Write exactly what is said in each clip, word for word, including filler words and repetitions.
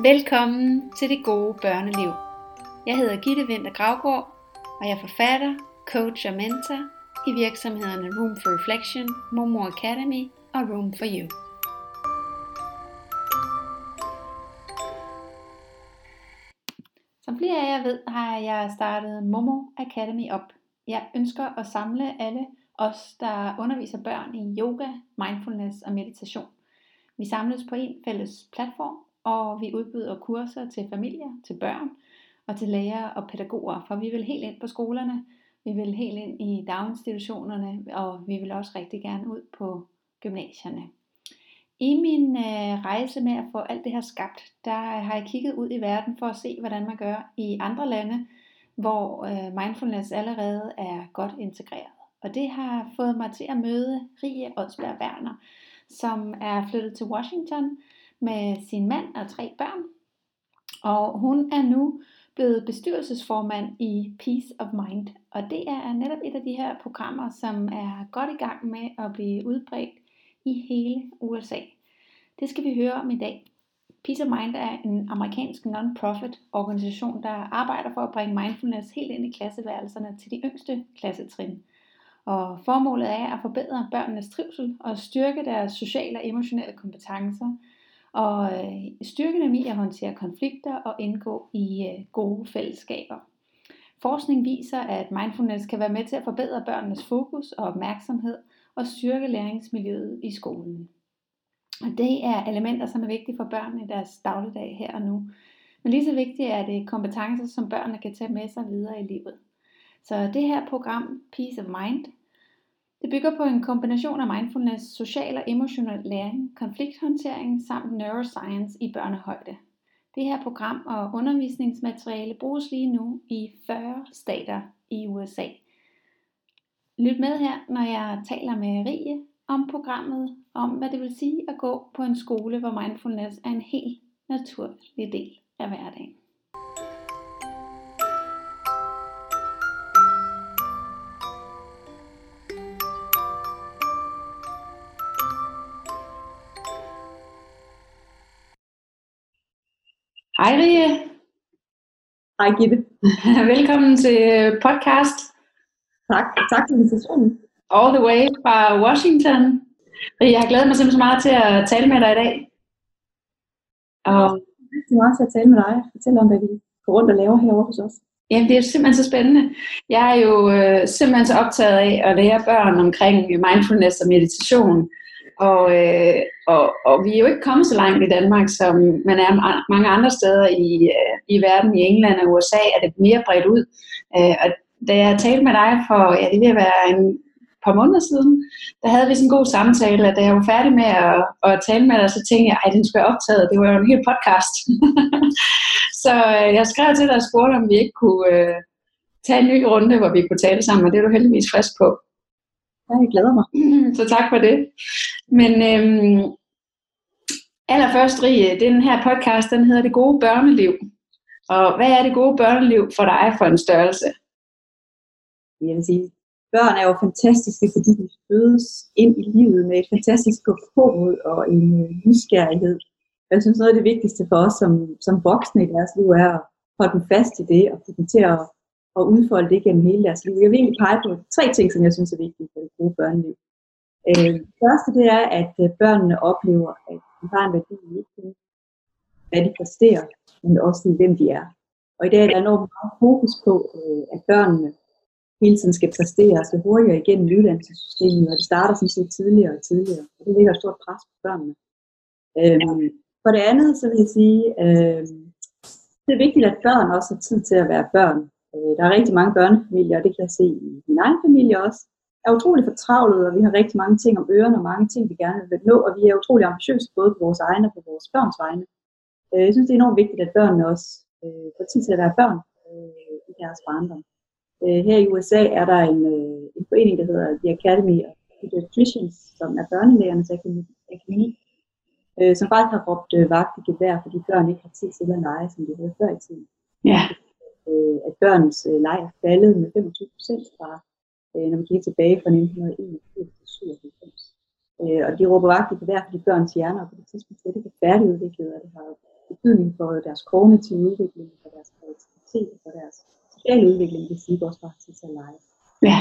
Velkommen til Det Gode Børneliv. Jeg hedder Gitte Winther Gravgaard, og jeg er forfatter, coach og mentor i virksomhederne Room for Reflection, Momo Academy og Room for You. Som flere af jer ved, har jeg startet Momo Academy op. Jeg ønsker at samle alle os, der underviser børn i yoga, mindfulness og meditation. Vi samles på en fælles platform, og vi udbyder kurser til familier, til børn og til lærere og pædagoger, for vi vil helt ind på skolerne, vi vil helt ind i daginstitutionerne, og vi vil også rigtig gerne ud på gymnasierne. I min øh, rejse med at få alt det her skabt, der har jeg kigget ud i verden for at se, hvordan man gør i andre lande, hvor øh, mindfulness allerede er godt integreret. Og det har fået mig til at møde Rie Odsberg Werner, som er flyttet til Washington med sin mand og tre børn. Og hun er nu blevet bestyrelsesformand i Peace of Mind. Og det er netop et af de her programmer, som er godt i gang med at blive udbredt i hele U S A. Det skal vi høre om i dag. Peace of Mind er en amerikansk non-profit organisation, der arbejder for at bringe mindfulness helt ind i klasseværelserne til de yngste klassetrin. Og formålet er at forbedre børnenes trivsel og styrke deres sociale og emotionelle kompetencer, og styrke dem i at håndtere konflikter og indgå i gode fællesskaber. Forskning viser, at mindfulness kan være med til at forbedre børnenes fokus og opmærksomhed og styrke læringsmiljøet i skolen. Og det er elementer, som er vigtige for børnene i deres dagligdag her og nu. Men lige så vigtigt er det kompetencer, som børnene kan tage med sig videre i livet. Så det her program, Peace of Mind, det bygger på en kombination af mindfulness, social og emotionel læring, konflikthåndtering samt neuroscience i børnehøjde. Det her program og undervisningsmateriale bruges lige nu i fyrre stater i U S A. Lyt med her, når jeg taler med Rie om programmet, om hvad det vil sige at gå på en skole, hvor mindfulness er en helt naturlig del af hverdagen. Hej Rie. Hej Gitte. Velkommen til podcast. Tak, tak for invitationen. All the way fra Washington. Rie, jeg har glædet mig simpelthen så meget til at tale med dig i dag. Og rigtig meget til at tale med dig og fortælle om, hvad vi går rundt og laver herovre hos os. Jamen, det er simpelthen så spændende. Jeg er jo øh, simpelthen så optaget af at lære børn omkring mindfulness og meditation. Og, øh, og, og vi er jo ikke kommet så langt i Danmark, som man er mange andre steder i, øh, i verden. I England og U S A er det mere bredt ud. Øh, og da jeg talte med dig for, ja, det vil være en par måneder siden, der havde vi sådan en god samtale, at da jeg var færdig med at, at tale med dig, så tænkte jeg, ej, den skulle jeg optaget. Det var jo en hel podcast. Så øh, jeg skrev til dig og spurgte, om vi ikke kunne øh, tage en ny runde, hvor vi kunne tale sammen, og det er du heldigvis frisk på. Ja, jeg glæder mig. Så tak for det. Men øhm, allerførst, Rie, den her podcast, den hedder Det Gode Børneliv. Og hvad er det gode børneliv for dig for en størrelse? Jeg vil sige, børn er jo fantastiske, fordi de fødes ind i livet med et fantastisk gåpåmod og en nysgerrighed. Jeg synes, noget af det vigtigste for os som, som voksne i deres liv er at holde dem fast i det og få dem til at, at udfolde det gennem hele deres liv. Jeg vil egentlig pege på tre ting, som jeg synes er vigtige for det gode børneliv. Øh, det første det er, at børnene oplever, at de har en værdi i ikke hvad de præsterer, men også i hvem de er. Og i dag er der enormt meget fokus på, at børnene hele tiden skal præstere og skal hurtigere igennem uddannelsessystemet, og det starter sådan set tidligere og tidligere. Og det ligger et stort pres på børnene. Øhm, for det andet, så vil jeg sige, øh, det er vigtigt, at børn også har tid til at være børn. Øh, der er rigtig mange børnefamilier, og det kan jeg se i min egen familie også, er utrolig fortravlet, og vi har rigtig mange ting om ørerne, og mange ting, vi gerne vil nå, og vi er utrolig ambitiøse både på vores egne og på vores børns vegne. Øh, jeg synes, det er enormt vigtigt, at børnene også øh, får tid til at være børn øh, i deres barndom. Øh, her i U S A er der en, øh, en forening, der hedder The Academy of Pediatricians, som er børnelægernes akademi, øh, som faktisk har råbt øh, vagt i gevær, fordi børn ikke har tid til at lege, som de havde før i tiden. Ja. Øh, at børns øh, leg er faldet med femogtyve procent fra, øh, når man kigger tilbage fra nitten enogfirs til syvoghalvfems. Øh, og de råber vagt i gevær, fordi børns hjerner på det tidspunkt slet ikke er færdigudviklet, og det har betydning for deres kognitive udvikling, for deres kreativitet, for deres sociale udvikling, det siger også faktisk at lege. Ja.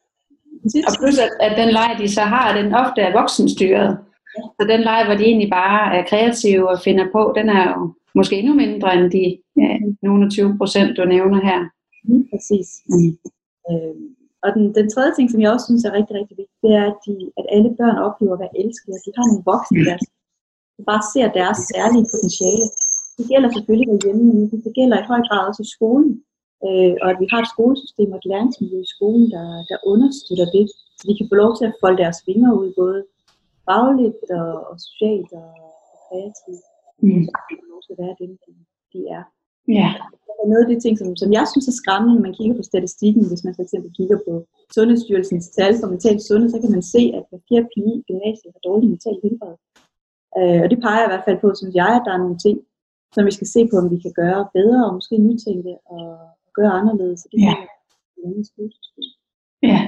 Og plus at, at den leg, de så har, den ofte er voksenstyret. Ja. Så den leg, hvor de egentlig bare er kreative og finder på, den er jo måske endnu mindre end de ja, nogle af tyve procent, du nævner her. Mm, præcis. Mm. Øhm, og den, den tredje ting, som jeg også synes er rigtig, rigtig vigtigt, det er, at, de, at alle børn oplever at være elsket, og de har nogle voksne, der bare ser deres særlige potentiale. Det gælder selvfølgelig derhjemme, men det gælder i høj grad også i skolen. Øh, og at vi har et skolesystem og et læringsmiljø i skolen, der, der understøtter det, så de kan få lov til at folde deres vinger ud, både fagligt og, og socialt og, og kreativt. Mm. Så de kan få lov til at være dem, de, de er. Yeah. Og noget af de ting, som, som jeg synes er skræmmende, når man kigger på statistikken, hvis man for eksempel kigger på Sundhedsstyrelsens tal for mental sundhed, så kan man se, at hver fjerde pige i gymnasiet har dårlig mental helbred. Øh, og det peger i hvert fald på, synes jeg, at der er nogle ting, som vi skal se på, om vi kan gøre bedre, og måske nytænke og gøre anderledes. Så det ja. er et skolesystem. Ja.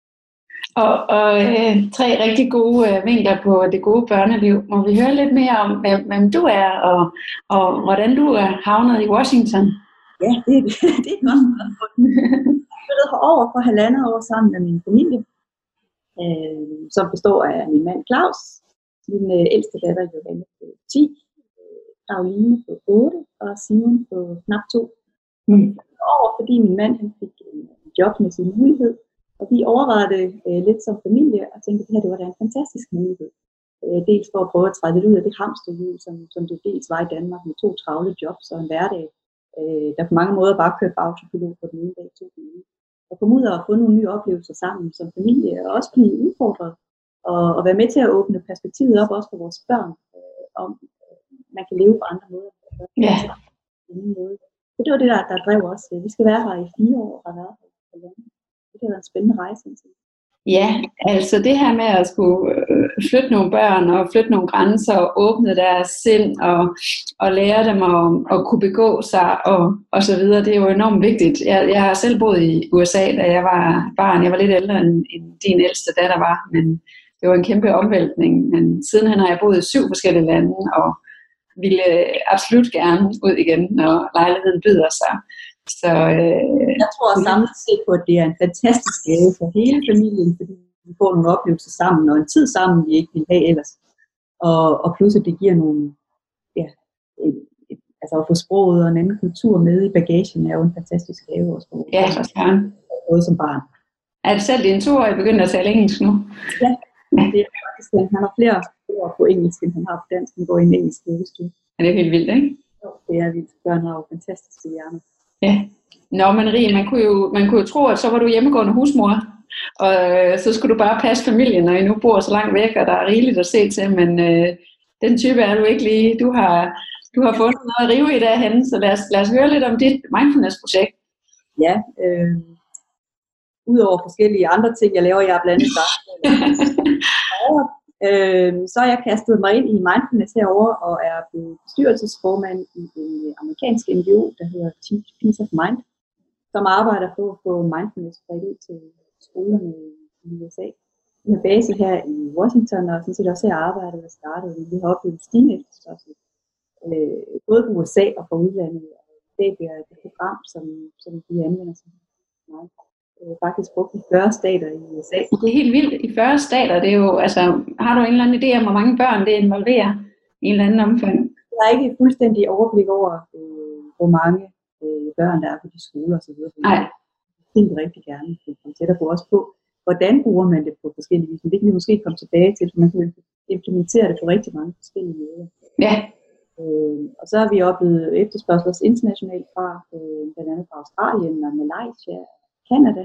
Og, og øh, tre rigtig gode øh, vinkler på det gode børneliv. Må vi høre lidt mere om, hvem, hvem du er, og, og hvordan du er havnet i Washington? Ja, det er, det er et godt spørgsmål. Jeg flyttede herover for halvandet år sammen med min familie, øh, som består af min mand Claus, min øh, ældste datter Johanne på ti, Caroline på otte og Simon på knap to. Mm. Over fordi min mand han fik en job med sin mulighed, og vi overvejede det øh, lidt som familie og tænkte, at det her det var da en fantastisk mulighed. Øh, dels for at prøve at træde lidt ud af det hamsterhjul, som, som det dels var i Danmark med to travle jobs og en hverdag, øh, der på mange måder bare kørte på autopilot på den ene dag to dage. Og komme ud og få nogle nye oplevelser sammen som familie, og også blive udfordret og, og være med til at åbne perspektivet op også for vores børn, øh, om man kan leve på andre måder. Ja. Så det var det, der, der drev os. Vi skal være her i fire år og har været her i landet. Det har været en spændende rejse. Ja, altså det her med at skulle flytte nogle børn og flytte nogle grænser og åbne deres sind og, og lære dem at, at kunne begå sig og, og så videre, det er jo enormt vigtigt. Jeg, jeg har selv boet i U S A, da jeg var barn. Jeg var lidt ældre end, end din ældste datter var, men det var en kæmpe omvæltning. Men sidenhen har jeg boet i syv forskellige lande og ville absolut gerne ud igen, når lejligheden byder sig. Så, øh, jeg tror samlet set på, at det er en fantastisk gave for hele familien, fordi vi får nogle oplevelser sammen, og en tid sammen, vi ikke ville have ellers. Og, og plus, at det giver nogle, ja, et, et, altså at få sproget og en anden kultur med i bagagen, er jo en fantastisk gave også for ja, for søren. Både som barn. Er det selv din toårige begyndt at tale engelsk nu? Ja, det er faktisk, han har flere ord på engelsk, end han har på dansk, han går i en engelsk vuggestue. Ja, det er helt vildt, ikke? Jo, det er vildt. Børn har jo fantastiske hjerner. Ja. Nå, men Rie, man kunne, jo, man kunne jo tro, at så var du hjemmegående husmor, og øh, så skulle du bare passe familien, når I nu bor så langt væk, og der er rigeligt at se til, men øh, den type er du ikke lige. Du har, du har fundet noget at rive i derhenne, så lad os, lad os høre lidt om dit mindfulness-projekt. Ja, øh, udover forskellige andre ting, jeg laver, jeg er blandt andet Øh, så har jeg kastet mig ind i mindfulness herover og er blevet bestyrelsesformand i en amerikansk N G O, der hedder Teach Peace of Mind, som arbejder på at få mindfulness bredt ud til skolerne i U S A. Vi har base her i Washington, og sådan set også her arbejdet er startet. Vi har oplevet stigende efterspørgsel, øh, både på U S A og fra udlandet. Det er et program, som, som vi anvender som meget. Faktisk brugt i fyrre stater i U S A. Det er helt vildt. I fyrre stater, det er jo, altså, har du en eller anden idé om, hvor mange børn det involverer i en eller anden omfang? Jeg har ikke et fuldstændig overblik over, øh, hvor mange øh, børn der er på de skoler og så videre. Nej. Det vil rigtig gerne komme tættere på også på, hvordan bruger man det på forskellige vis. Det kan vi måske komme tilbage til, for man kan implementere det på rigtig mange forskellige måder. Ja. Øh, og så har vi oplevet efterspørgsel også internationalt fra, øh, blandt andet fra Australien og Malaysia, Canada.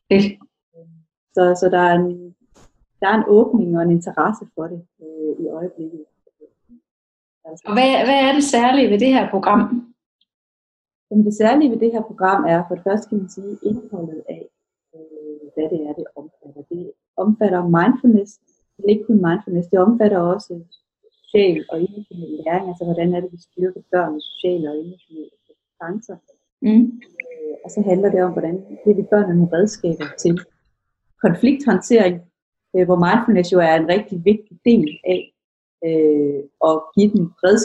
Så, så der, er en, der er en åbning og en interesse for det øh, i øjeblikket. Altså, og hvad, hvad er det særlige ved det her program? Jamen, det særlige ved det her program er for det første, kan man sige, indholdet af, øh, hvad det er, det omfatter. Det omfatter mindfulness. Det er ikke kun mindfulness, det omfatter også social og emotionel læring, altså hvordan er det, vi styrker børnenes sociale og emotionelle kompetencer. Mm. Øh, og så handler det om, hvordan giver vi børnene nogle redskaber til konflikthåndtering, øh, hvor mindfulness jo er en rigtig vigtig del af øh, at give dem redskaber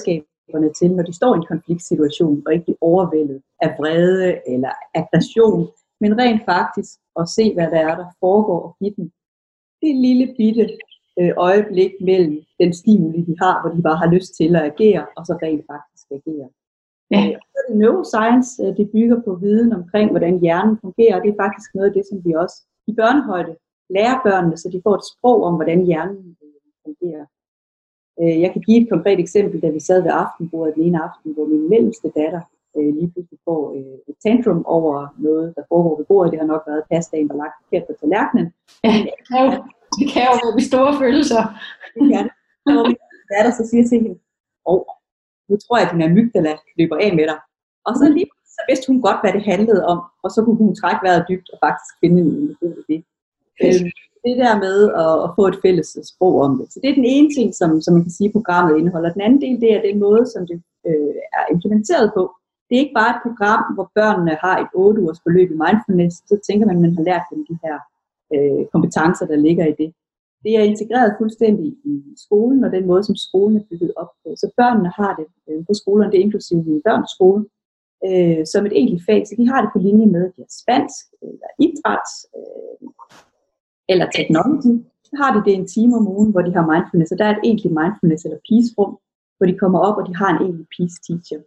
til, når de står i en konfliktsituation, og ikke bliver overvældet af vrede eller aggression, men rent faktisk at se, hvad der er, der foregår, og give dem det lille bitte øh, øjeblik mellem den stimuli, de har, hvor de bare har lyst til at agere, og så rent faktisk agere. Ja. Øh, og så er det neuroscience, øh, det bygger på viden omkring, hvordan hjernen fungerer, og det er faktisk noget af det, som vi også i børnehøjde lærer børnene, så de får et sprog om, hvordan hjernen øh, fungerer. Øh, jeg kan give et konkret eksempel, da vi sad ved aftenbordet den ene aften, hvor min mellemste datter øh, lige pludselig får øh, et tantrum over noget, der foregår ved bordet. Det har nok været pastaen, der lagt forkert på tallerkenen. Ja, det kan jo, det kan jo være de store følelser. Det kan det. Og hvor min datter så siger til hende, åh, nu tror jeg, at din amygdala løber af med dig. Og så lige så vidste hun godt, hvad det handlede om, og så kunne hun trække vejret dybt og faktisk finde en god idé. Øhm, det der med at, at få et fælles sprog om det. Så det er den ene ting, som, som man kan sige, programmet indeholder. Den anden del, det er den måde, som det øh, er implementeret på. Det er ikke bare et program, hvor børnene har et otte ugers forløb i mindfulness, så tænker man, at man har lært dem de her øh, kompetencer, der ligger i det. Det er integreret fuldstændig i skolen, og den måde, som skolen er bygget op på. Så børnene har det øh, på skolerne, det er inklusive min børns skole, øh, som et enkelt fag. Så de har det på linje med, at de har spansk, eller idræt, øh, eller teknologi. Så har de det en time om ugen, hvor de har mindfulness, og der er et egentligt mindfulness eller peace-rum, hvor de kommer op, og de har en egentlig peace-teacher.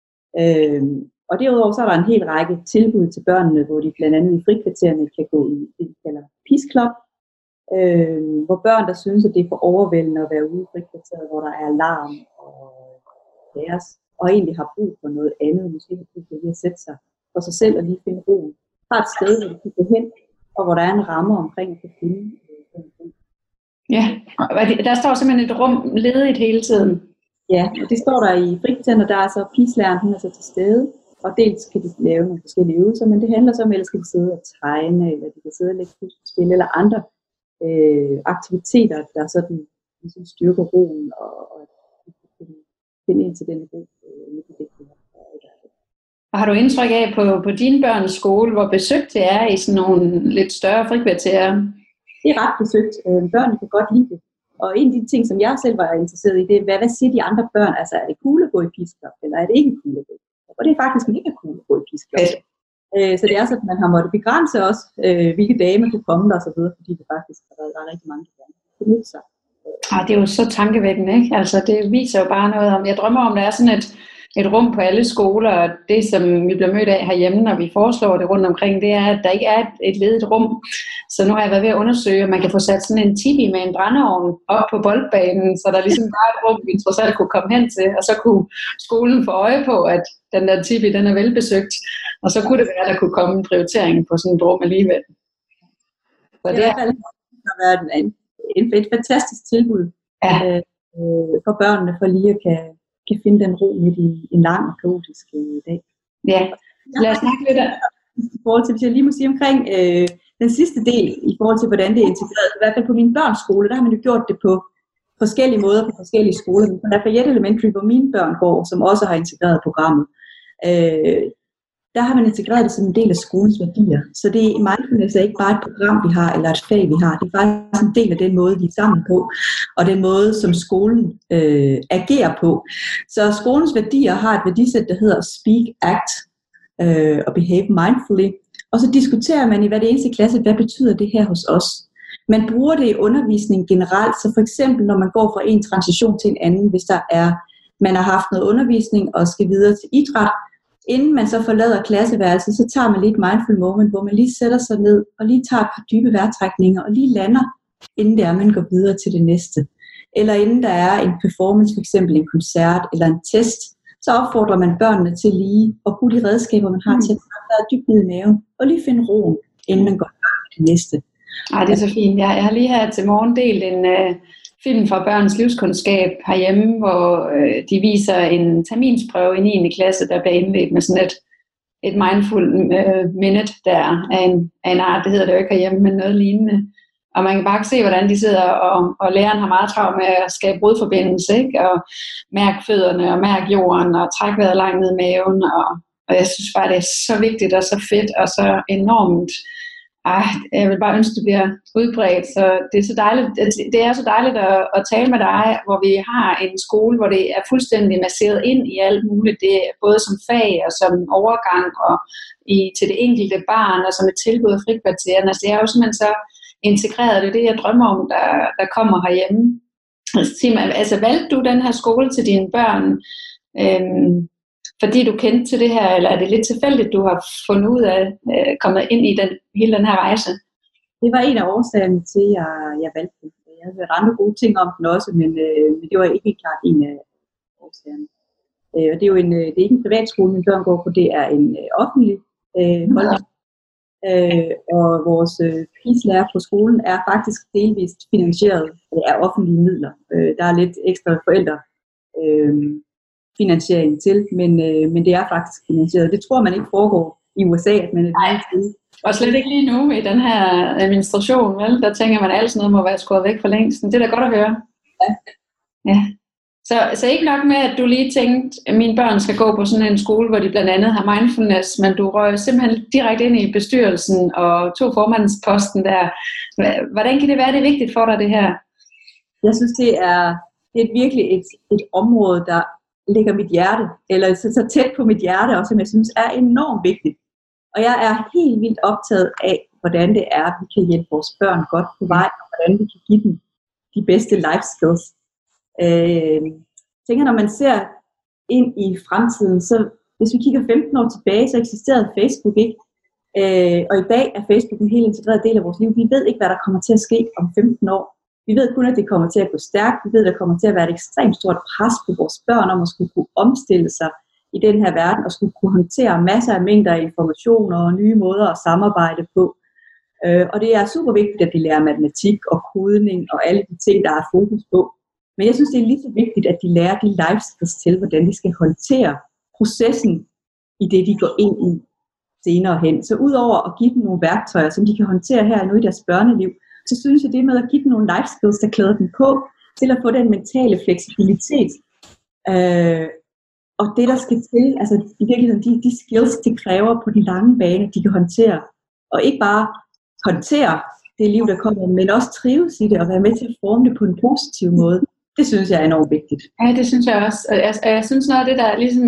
Øh, og derudover så er der en hel række tilbud til børnene, hvor de blandt andet i frikvartererne kan gå i det, de kalder Peace Club, øh, hvor børn, der synes, at det er for overvældende at være ude i frikvarteret, hvor der er larm og kaos, og egentlig har brug for noget andet, måske har brug for lige at sætte sig for sig selv og lige finde roen, har et sted, hvor de kan gå hen, og hvor der er en ramme omkring at kunne finde øh, Ja, der står simpelthen et rum ledigt hele tiden. Ja, og det står der i frikvarteren, og der er så peace-læreren, hun er så til stede, og dels kan de lave nogle forskellige øvelser, men det handler så om, ellers skal de sidde og tegne, eller de kan sidde og lægge puslespil, eller andre øh, aktiviteter, der sådan ligesom styrker roen, og, og finde ind til den ro, øh, i det, de har. Og har du indtryk af på, på dine børns skole, hvor besøgt det er i sådan nogle lidt større frikvarterer? Det er ret besøgt. Øh, børnene kan godt lide det. Og en af de ting, som jeg selv var interesseret i, det er, hvad, hvad siger de andre børn? Altså, er det cool at gå i Peace Club, eller er det ikke cool at gå? Og det er faktisk mega cool at gå i Peace Club. Øh, så det er sådan, at man har måttet begrænse også, øh, hvilke dage man kunne komme der og så videre, fordi det faktisk har været der er rigtig mange, der gerne benytte sig. Ah, det er jo så tankevækkende, ikke? Altså, det viser jo bare noget om, jeg drømmer om, der er sådan et, et rum på alle skoler, og det, som vi bliver mødt af herhjemme, når vi foreslår det rundt omkring, det er, at der ikke er et, et ledigt rum. Så nu har jeg været ved at undersøge, at man kan få sat sådan en tipi med en brændeovn op på boldbanen, så der ligesom var et rum, vi trods alt kunne komme hen til, og så kunne skolen få øje på, at den der tipi, den er velbesøgt, og så kunne det være, at der kunne komme en prioritering på sådan et rum alligevel. Så det er har været en, en, et fantastisk tilbud ja. øh, for børnene, for lige at kan kan finde den ro midt i en lang og kaotisk øh, dag. Ja, lad os snakke lidt af. I forhold til, hvis jeg lige må sige omkring øh, den sidste del, i forhold til, hvordan det er integreret, i hvert fald på min børns skole, der har man jo gjort det på forskellige måder på forskellige skoler. Men på Lafayette Elementary, hvor mine børn går, som også har integreret programmet, øh, der har man integreret det som en del af skolens værdier. Så det er mindfulness er ikke bare et program, vi har, eller et fag, vi har. Det er faktisk en del af den måde, vi er sammen på, og den måde, som skolen øh, agerer på. Så skolens værdier har et værdisæt, der hedder Speak, Act øh, og Behave Mindfully. Og så diskuterer man i hver eneste klasse, hvad betyder det her hos os? Man bruger det i undervisning generelt, så for eksempel, når man går fra en transition til en anden, hvis der er, man har haft noget undervisning og skal videre til idræt, inden man så forlader klasseværelset, så tager man lige et mindful moment, hvor man lige sætter sig ned og lige tager et par dybe vejrtrækninger og lige lander, inden det er, man går videre til det næste. Eller inden der er en performance, f.eks. en koncert eller en test, så opfordrer man børnene til lige at bruge de redskaber, man har til at tage dybt ned i maven og lige finde roen, inden man går til det næste. Ej, det er så fint. Jeg, jeg har lige her til morgen delt en uh, film fra børns livskundskab herhjemme, hvor uh, de viser en terminsprøve i niende klasse, der bliver indledt med sådan et, et mindful uh, minute, der er en, en art, det hedder det jo ikke herhjemme, men noget lignende. Og man kan bare se, hvordan de sidder, og, og læreren har meget travlt med at skabe rodforbindelse, ikke? Og mærke fødderne, og mærke jorden, og trække vejret langt ned i maven. Og, og jeg synes bare, det er så vigtigt, og så fedt, og så enormt Ej, jeg vil bare ønske, at det bliver udbredt, så det er så dejligt, det er så dejligt at, at tale med dig, hvor vi har en skole, hvor det er fuldstændig masseret ind i alt muligt, det er både som fag og som overgang og i, til det enkelte barn og som et tilbud af frikvarteren. Altså, det er jo simpelthen så integreret, det er det, jeg drømmer om, der, der kommer herhjemme. Altså, valgte du den her skole til dine børn, øhm, fordi du kendte til det her, eller er det lidt tilfældigt, du har fundet ud af, øh, kommet ind i den, hele den her rejse? Det var en af årsagerne til, at jeg, jeg valgte den. Jeg havde hørt andre gode ting om den også, men, øh, men det var ikke klart en af årsagerne. Øh, og det er jo en, det er ikke en privatskole, min børn går på, det er en øh, offentlig øh, hold. Øh, og vores øh, prislærer på skolen er faktisk delvist finansieret af offentlige midler. Øh, der er lidt ekstra forældre øh, finansiering til, men, øh, men det er faktisk finansieret. Det tror man ikke foregår i U S A, at man er det til. Og slet ikke lige nu i den her administration, vel? Der tænker man, at alt sådan noget må være skåret væk for længst. Det er da godt at høre. Ja. Ja. Så, så ikke nok med, at du lige tænkte, at mine børn skal gå på sådan en skole, hvor de blandt andet har mindfulness, men du røg simpelthen direkte ind i bestyrelsen og tog formandsposten der. Hvordan kan det være, det er vigtigt for dig, det her? Jeg synes, det er, det er virkelig et, et område, der ligger mit hjerte, eller så, så tæt på mit hjerte, og som jeg synes er enormt vigtigt. Og jeg er helt vildt optaget af, hvordan det er, at vi kan hjælpe vores børn godt på vej, og hvordan vi kan give dem de bedste life skills. Øh, jeg tænker, når man ser ind i fremtiden, så hvis vi kigger femten år tilbage, så eksisterede Facebook ikke. Øh, og i dag er Facebook en helt integreret del af vores liv. Vi ved ikke, hvad der kommer til at ske om femten år. Vi ved kun, at det kommer til at gå stærkt. Vi ved, at der kommer til at være et ekstremt stort pres på vores børn om at skulle kunne omstille sig i den her verden og skulle kunne håndtere masser af mængder af informationer og nye måder at samarbejde på. Øh, og det er super vigtigt, at de lærer matematik og kodning og alle de ting, der er fokus på. Men jeg synes, det er lige så vigtigt, at de lærer de life skills til, hvordan de skal håndtere processen i det, de går ind i senere hen. Så udover at give dem nogle værktøjer, som de kan håndtere her nu i deres børneliv, så synes jeg, det med at give dem nogle life skills, der klæder dem på, til at få den mentale fleksibilitet. Øh, og det, der skal til, altså i virkeligheden, de, de skills, de kræver på den lange bane, de kan håndtere. Og ikke bare håndtere det liv, der kommer, men også trives i det, og være med til at forme det på en positiv måde. Det synes jeg er enormt vigtigt. Ja, det synes jeg også. Og jeg, jeg synes noget af det, der ligesom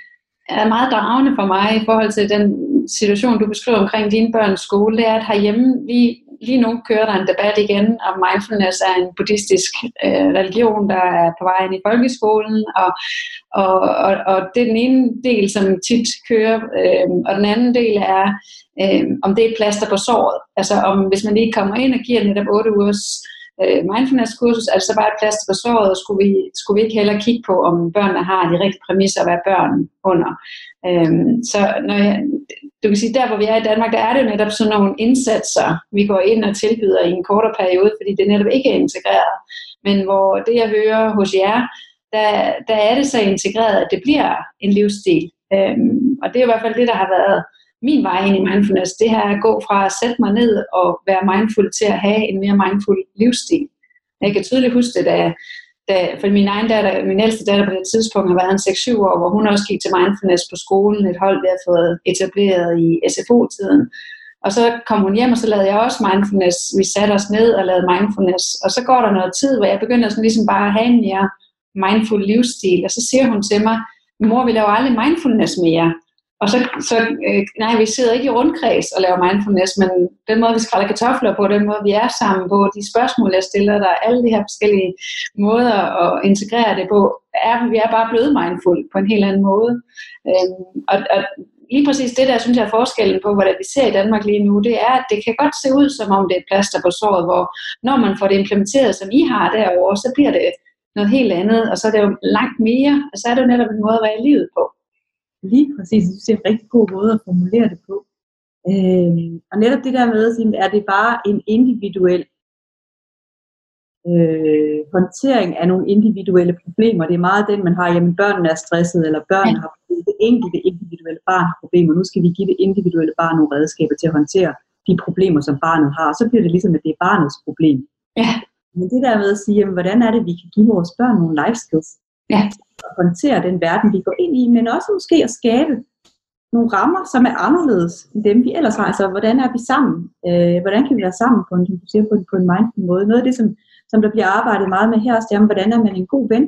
er meget dragende for mig i forhold til den situation, du beskriver omkring dine børns skole, det er, at herhjemme, lige, lige nu kører der en debat igen om mindfulness er en buddhistisk øh, religion, der er på vej ind i folkeskolen, og, og, og, og det er den ene del, som tit kører, øh, og den anden del er, øh, om det er et plaster på såret. Altså om, hvis man lige kommer ind og giver netop otte ugers mindfulness-kursus, altså bare et plaster på såret, og skulle vi, skulle vi ikke heller kigge på, om børnene har de rigtige præmisser at være børn under. Øhm, så når jeg, du kan sige, der hvor vi er i Danmark, der er det jo netop sådan nogle indsatser, vi går ind og tilbyder i en kortere periode, fordi det netop ikke er integreret. Men hvor det jeg hører hos jer, der, der er det så integreret, at det bliver en livsstil. Øhm, og det er i hvert fald det, der har været min vej ind i mindfulness, det her at gå fra at sætte mig ned og være mindful til at have en mere mindful livsstil. Jeg kan tydeligt huske det, da, da for min egen datter, min ældste datter på det tidspunkt har været en seks syv år, hvor hun også gik til mindfulness på skolen, et hold, vi havde fået etableret i S F O-tiden. Og så kom hun hjem, og så lavede jeg også mindfulness. Vi satte os ned og lavede mindfulness. Og så går der noget tid, hvor jeg begynder sådan ligesom bare at have en mere mindful livsstil. Og så siger hun til mig, mor, vi laver aldrig mindfulness mere. Og så, så øh, nej, vi sidder ikke i rundkreds og laver mindfulness, men den måde, vi skræller kartofler på, den måde, vi er sammen på, de spørgsmål, jeg stiller der, alle de her forskellige måder at integrere det på, er, vi er bare blevet mindful på en helt anden måde. Øhm, og, og lige præcis det der, synes jeg er forskellen på, hvad vi ser i Danmark lige nu, det er, at det kan godt se ud, som om det er et plaster på såret, hvor når man får det implementeret, som I har derovre, så bliver det noget helt andet, og så er det jo langt mere, og så er det jo netop en måde at være i livet på. Lige præcis, jeg synes, det er en rigtig god måde at formulere det på. Øh, og netop det der med, er det bare en individuel øh, håndtering af nogle individuelle problemer. Det er meget den, man har, jamen børnene er stresset, eller børnene har problemer. Det enkelte individuelle barn har problemer. Nu skal vi give det individuelle barn nogle redskaber til at håndtere de problemer, som barnet har. Så bliver det ligesom, at det er barnets problem. Ja. Men det der med at sige, jamen, hvordan er det, vi kan give vores børn nogle life skills? Ja. At håndtere den verden, vi går ind i, men også måske at skabe nogle rammer, som er anderledes end dem, vi ellers har. Altså, hvordan er vi sammen? Øh, hvordan kan vi være sammen på en, på en, på en mindful måde? Noget af det, som, som der bliver arbejdet meget med her, det er, hvordan er man en god ven?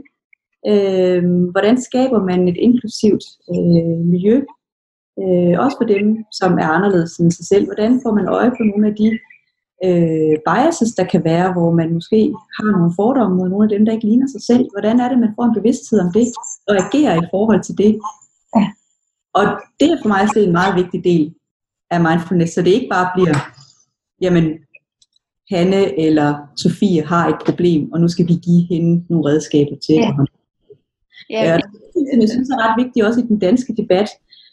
Øh, hvordan skaber man et inklusivt øh, miljø? Øh, også for dem, som er anderledes end sig selv. Hvordan får man øje på nogle af de øh, biases, der kan være, hvor man måske har nogle fordomme mod nogle af dem, der ikke ligner sig selv? Hvordan er det, man får en bevidsthed om det, og agerer i forhold til det? Ja. Og det er for mig at se en meget vigtig del af mindfulness, så det ikke bare bliver, jamen, Hanne eller Sofie har et problem, og nu skal vi give hende nogle redskaber til ja. at håndtere. Ja, og det, jeg synes er ret vigtigt også i den danske debat,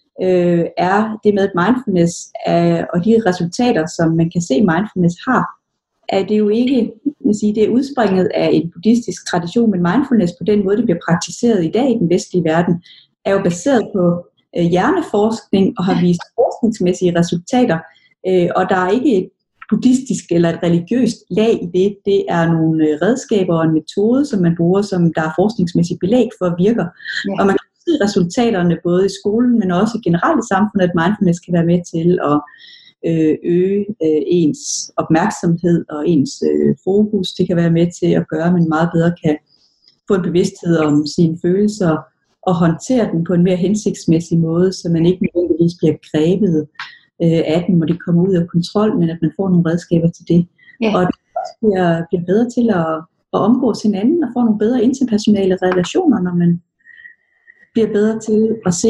øh, er det med mindfulness øh, og de resultater, som man kan se mindfulness har, at det jo ikke, jeg sige, det er udspringet af en buddhistisk tradition, men mindfulness på den måde, det bliver praktiseret i dag i den vestlige verden, er jo baseret på øh, hjerneforskning og har vist forskningsmæssige resultater, øh, og der er ikke et buddhistisk eller et religiøst lag i det. Det er nogle øh, redskaber og en metode, som man bruger, som der er forskningsmæssigt belæg for at virker. Ja. Og man kan se resultaterne både i skolen, men også generelt i samfundet, at mindfulness kan være med til at øh, øge øh, ens opmærksomhed og ens øh, fokus. Det kan være med til at gøre, at man meget bedre kan få en bevidsthed om sine følelser og håndtere den på en mere hensigtsmæssig måde, så man ikke nødvendigvis bliver grebet øh, af den, hvor det kommer ud af kontrol, men at man får nogle redskaber til det. Yeah. Og at man også bliver, bliver bedre til at, at omgås hinanden og få nogle bedre interpersonale relationer, når man bliver bedre til at se,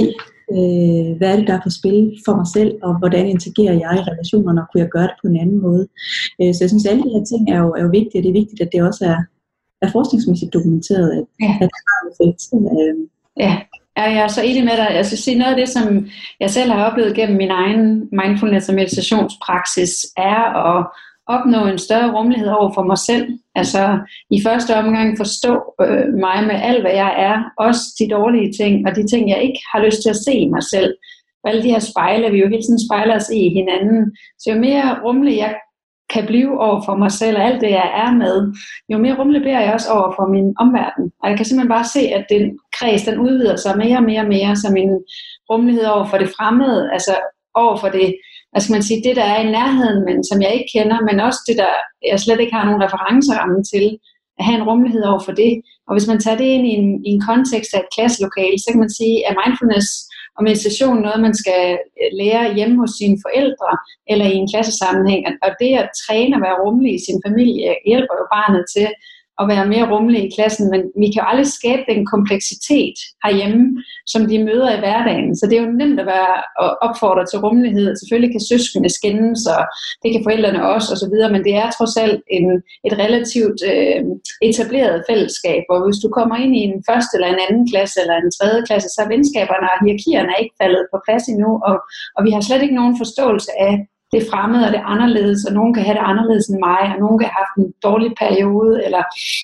øh, hvad er det, der er på spil for mig selv, og hvordan interagerer jeg i relationerne, og kunne jeg gøre det på en anden måde. Øh, så jeg synes, at alle de her ting er jo, er jo vigtige, og det er vigtigt, at det også er, er forskningsmæssigt dokumenteret, at, yeah. at det har en effekt. Øh, Ja, jeg er så enig med dig. Jeg synes, sige, noget af det, som jeg selv har oplevet gennem min egen mindfulness- og meditationspraksis, er at opnå en større rummelighed over for mig selv. Altså i første omgang forstå øh, mig med alt, hvad jeg er. Også de dårlige ting, og de ting, jeg ikke har lyst til at se i mig selv. Og alle de her spejle, vi jo hele tiden spejler os i hinanden. Så jo mere rummelig jeg kan blive over for mig selv, og alt det, jeg er med, jo mere rummelig bliver jeg også over for min omverden. Og jeg kan simpelthen bare se, at den kreds, den udvider sig mere og mere og mere, som en rummelighed over for det fremmede, altså over for det, hvad skal man sige, det, der er i nærheden, men som jeg ikke kender, men også det, der jeg slet ikke har nogen referenceramme til, at have en rummelighed over for det. Og hvis man tager det ind i en, i en kontekst af et klasselokale, så kan man sige, at mindfulness og meditation noget, man skal lære hjemme hos sine forældre, eller i en klassesammenhæng. Og det at træne at være rummelig i sin familie, hjælper jo barnet til at være mere rummelig i klassen, men vi kan jo aldrig skabe den kompleksitet herhjemme, som de møder i hverdagen. Så det er jo nemt at være og opfordre til rummelighed. Selvfølgelig kan søskende skændes, og det kan forældrene også, og så videre, men det er trods alt en, et relativt øh, etableret fællesskab, og hvis du kommer ind i en første eller en anden klasse, eller en tredje klasse, så er venskaberne og hierarkierne er ikke faldet på plads endnu, og, og vi har slet ikke nogen forståelse af det fremmede og det anderledes, og nogen kan have det anderledes end mig, og nogen kan have haft en dårlig periode, eller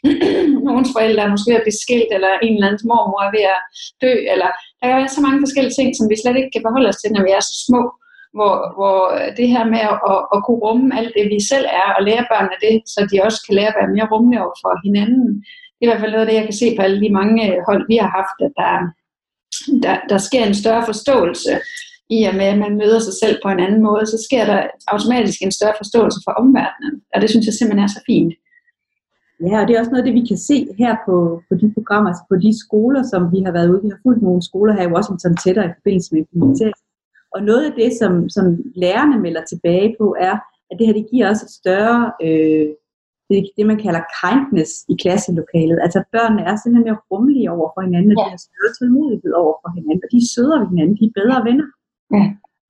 nogens forældre er måske ved at blive skilt, eller en eller anden mormor er ved at dø, eller der kan være så mange forskellige ting, som vi slet ikke kan forholde os til, når vi er så små, hvor, hvor det her med at, at, at kunne rumme alt det, vi selv er, og lære børnene det, så de også kan lære at være mere rummelige over for hinanden. Det er i hvert fald noget af det, jeg kan se på alle de mange hold, vi har haft, at der, der, der sker en større forståelse i og med, at man møder sig selv på en anden måde, så sker der automatisk en større forståelse for omverdenen. Og det synes jeg simpelthen er så fint. Ja, og det er også noget af det, vi kan se her på, på de programmer, altså på de skoler, som vi har været ude. Vi har fulgt nogle skoler her i Washington tættere i forbindelse med implementering. Og noget af det, som, som lærerne melder tilbage på, er, at det her det giver også et større, øh, det, det man kalder kindness i klasselokalet. Altså børnene er simpelthen mere rummelige over for hinanden, og ja. De har større tålmodighed over for hinanden, og de er sødere ved hinanden, de er bedre venner. Ja.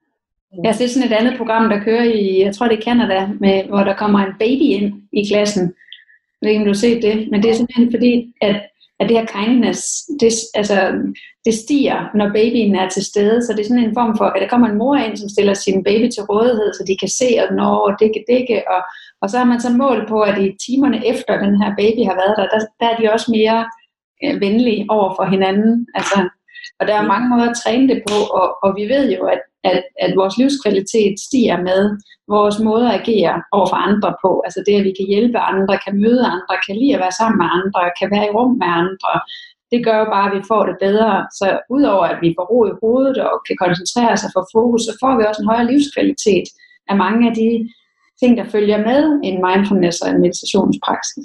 Jeg har set sådan et andet program, der kører i, jeg tror det er Canada, med, hvor der kommer en baby ind i klassen. Jeg ved ikke, om du har set det, men det er simpelthen fordi, at, at det her kindness, det, altså, det stiger, når babyen er til stede. Så det er sådan en form for, at der kommer en mor ind, som stiller sin baby til rådighed, så de kan se og nå og dække dække. Og, og så har man så mål på, at i timerne efter den her baby har været der, der, der er de også mere øh, venlige over for hinanden. Altså, og der er mange måder at træne det på, og, og vi ved jo, at, at, at vores livskvalitet stiger med vores måde at agere over for andre på. Altså det, at vi kan hjælpe andre, kan møde andre, kan lide at være sammen med andre, kan være i rum med andre, det gør jo bare, at vi får det bedre. Så udover at vi får ro i hovedet og kan koncentrere os og få fokus, så får vi også en højere livskvalitet af mange af de ting, der følger med en mindfulness og en meditationspraksis.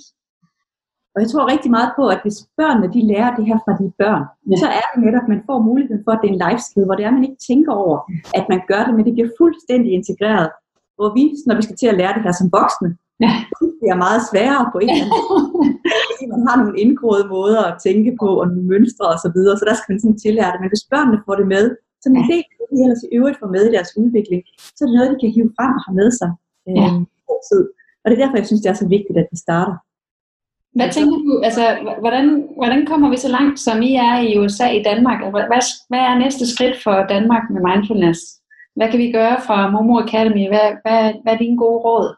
Og jeg tror rigtig meget på, at hvis børnene de lærer det her fra de børn, ja. Så er det netop, at man får muligheden for, at det er en life skill, hvor det er, at man ikke tænker over, at man gør det, men det bliver fuldstændig integreret. Hvor vi, når vi skal til at lære det her som voksne, ja. Det bliver meget sværere på en eller anden måde. Fordi man har nogle indgroede måder at tænke på, og nogle mønstre og så videre, så der skal man sådan tillære det. Men hvis børnene får det med, så en del af det, de ellers i øvrigt får med i deres udvikling, så er det noget, de kan hive frem og have med sig. Ja. Øh, og det er derfor, jeg synes, det er så vigtigt, at vi starter. Hvad tænker du, altså, hvordan, hvordan kommer vi så langt, som I er i U S A, i Danmark? Hvad, hvad er næste skridt for Danmark med mindfulness? Hvad kan vi gøre fra Momo Academy? Hvad, hvad, hvad er dine gode råd?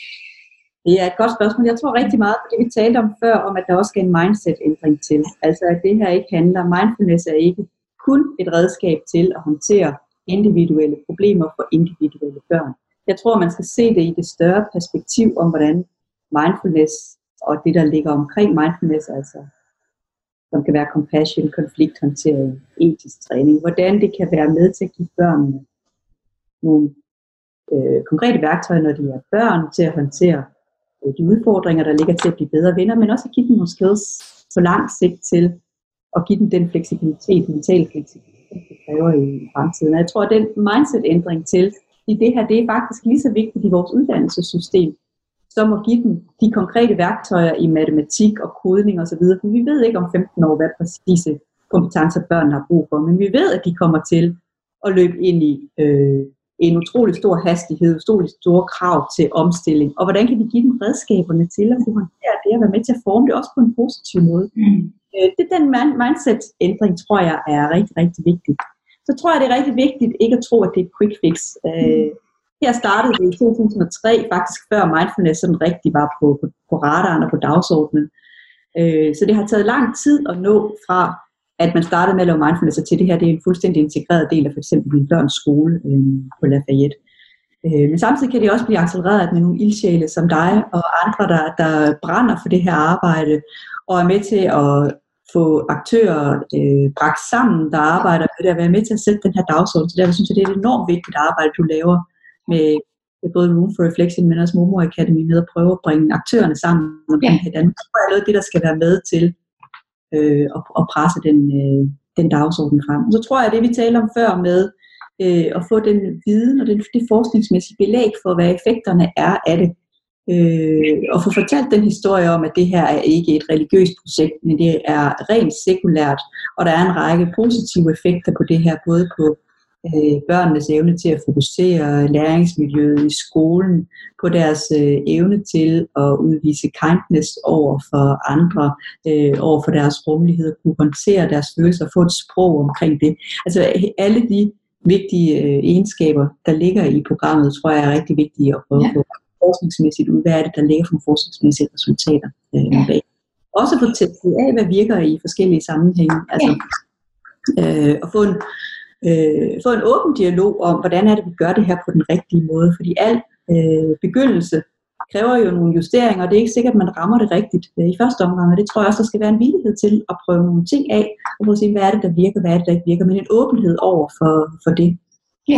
Det er et godt spørgsmål. Jeg tror rigtig meget på det, vi talte om før, om at der også skal en mindset-ændring til. Altså, at det her ikke handler, mindfulness er ikke kun et redskab til at håndtere individuelle problemer for individuelle børn. Jeg tror, man skal se det i det større perspektiv om, hvordan mindfulness og det, der ligger omkring mindfulness, altså som kan være compassion, konflikthåndtering, etisk træning, hvordan det kan være med til at give børnene nogle øh, konkrete værktøjer, når de er børn, til at håndtere øh, de udfordringer, der ligger til at blive bedre venner, men også at give dem nogle skills på lang sigt til at give dem den fleksibilitet, mental fleksibilitet, det kræver i fremtiden. Og jeg tror, at den mindset-ændring til, i det her, det er faktisk lige så vigtigt i vores uddannelsessystem, som at give dem de konkrete værktøjer i matematik og kodning osv. For vi ved ikke om femten år, hvad præcise kompetencer børn har brug for, men vi ved, at de kommer til at løbe ind i øh, en utrolig stor hastighed, utrolig store krav til omstilling. Og hvordan kan vi give dem redskaberne til at kunne håndtere det og være med til at forme det også på en positiv måde? Mm. Øh, det er den mindset-ændring, tror jeg, er rigtig, rigtig vigtig. Så tror jeg, det er rigtig vigtigt ikke at tro, at det er et quick fix. Øh, Her startede det i to tusind og tre, faktisk før mindfulness sådan rigtig var på, på, på radaren og på dagsordenen. Øh, så det har taget lang tid at nå fra, at man startede med at lave mindfulness, til det her, det er en fuldstændig integreret del af for eksempel min børns skole øh, på Lafayette. Øh, men samtidig kan det også blive accelereret med nogle ildsjæle som dig og andre, der, der brænder for det her arbejde, og er med til at få aktører øh, bragt sammen, der arbejder med det, og være med til at sætte den her dagsorden. Så derfor synes jeg, det er et enormt vigtigt arbejde, du laver, med, med både Room for Reflection, men også Momo Academy, med at prøve at bringe aktørerne sammen omkring ja. Danmark. Det er noget af det, der skal være med til øh, at, at presse den, øh, den dagsorden frem. Og så tror jeg, at det vi talte om før med øh, at få den viden og den, det forskningsmæssige belæg for, hvad effekterne er af det, øh, og få fortalt den historie om, at det her er ikke et religiøst projekt, men det er rent sekulært, og der er en række positive effekter på det her, både på øh, børnenes evne til at fokusere, læringsmiljøet i skolen, på deres øh, evne til at udvise kindness over for andre, øh, over for deres rummelighed, kunne håndtere deres følelser, få et sprog omkring det. Altså alle de vigtige øh, egenskaber, der ligger i programmet, tror jeg er rigtig vigtige at prøve på ja. forskningsmæssigt ud. Hvad er det, der ligger for forskningsmæssige resultater øh, ja. bag? Også få testet af, hvad virker i forskellige sammenhænge. Altså ja. øh, at få en Øh, få en åben dialog om, hvordan er det, vi gør det her på den rigtige måde. Fordi al øh, begyndelse kræver jo nogle justeringer, og det er ikke sikkert, at man rammer det rigtigt øh, i første omgang. Og det tror jeg også, der skal være en villighed til at prøve nogle ting af, og prøve at se, hvad er det, der virker, hvad er det, der ikke virker, men en åbenhed over for, for det. Ja,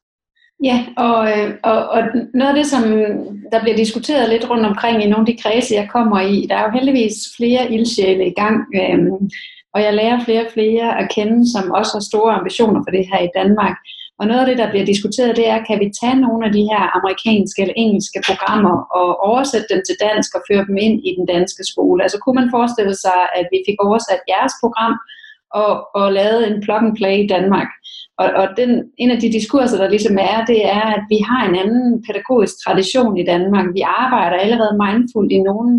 ja og, og, og noget af det, som der bliver diskuteret lidt rundt omkring i nogle af de kredse, jeg kommer i, der er jo heldigvis flere ildsjæle i gang, øh, og jeg lærer flere og flere at kende, som også har store ambitioner for det her i Danmark. Og noget af det, der bliver diskuteret, det er, kan vi tage nogle af de her amerikanske eller engelske programmer og oversætte dem til dansk og føre dem ind i den danske skole? Altså kunne man forestille sig, at vi fik oversat jeres program og, og lavet en plug and play i Danmark? Og, og den, en af de diskurser, der ligesom er, det er, at vi har en anden pædagogisk tradition i Danmark. Vi arbejder allerede mindfuldt i nogle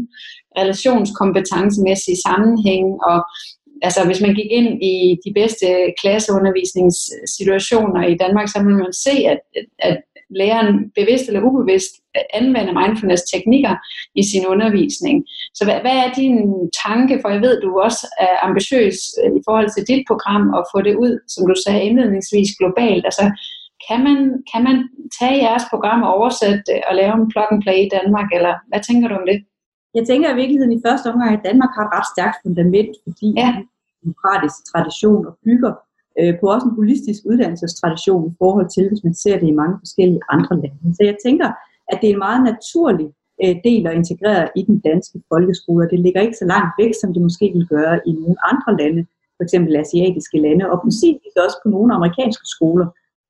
relationskompetencemæssige sammenhæng, og altså hvis man gik ind i de bedste klasseundervisningssituationer i Danmark, så vil man se, at, at læreren bevidst eller ubevidst anvender mindfulness-teknikker i sin undervisning. Så hvad, hvad er din tanke, for jeg ved, du også er ambitiøs i forhold til dit program og få det ud, som du sagde indledningsvis, globalt. Altså kan man, kan man tage jeres program og oversætte og lave en plug and play i Danmark, eller hvad tænker du om det? Jeg tænker i virkeligheden i første omgang, at Danmark har et ret stærkt fundament, fordi ja. demokratisk tradition og bygger øh, på også en holistisk uddannelsestradition i forhold til, hvis man ser det i mange forskellige andre lande. Så jeg tænker, at det er en meget naturlig øh, del at integrere i den danske folkeskole, og det ligger ikke så langt væk, som det måske vil gøre i nogle andre lande, for eksempel asiatiske lande, og musikvis også på nogle amerikanske skoler,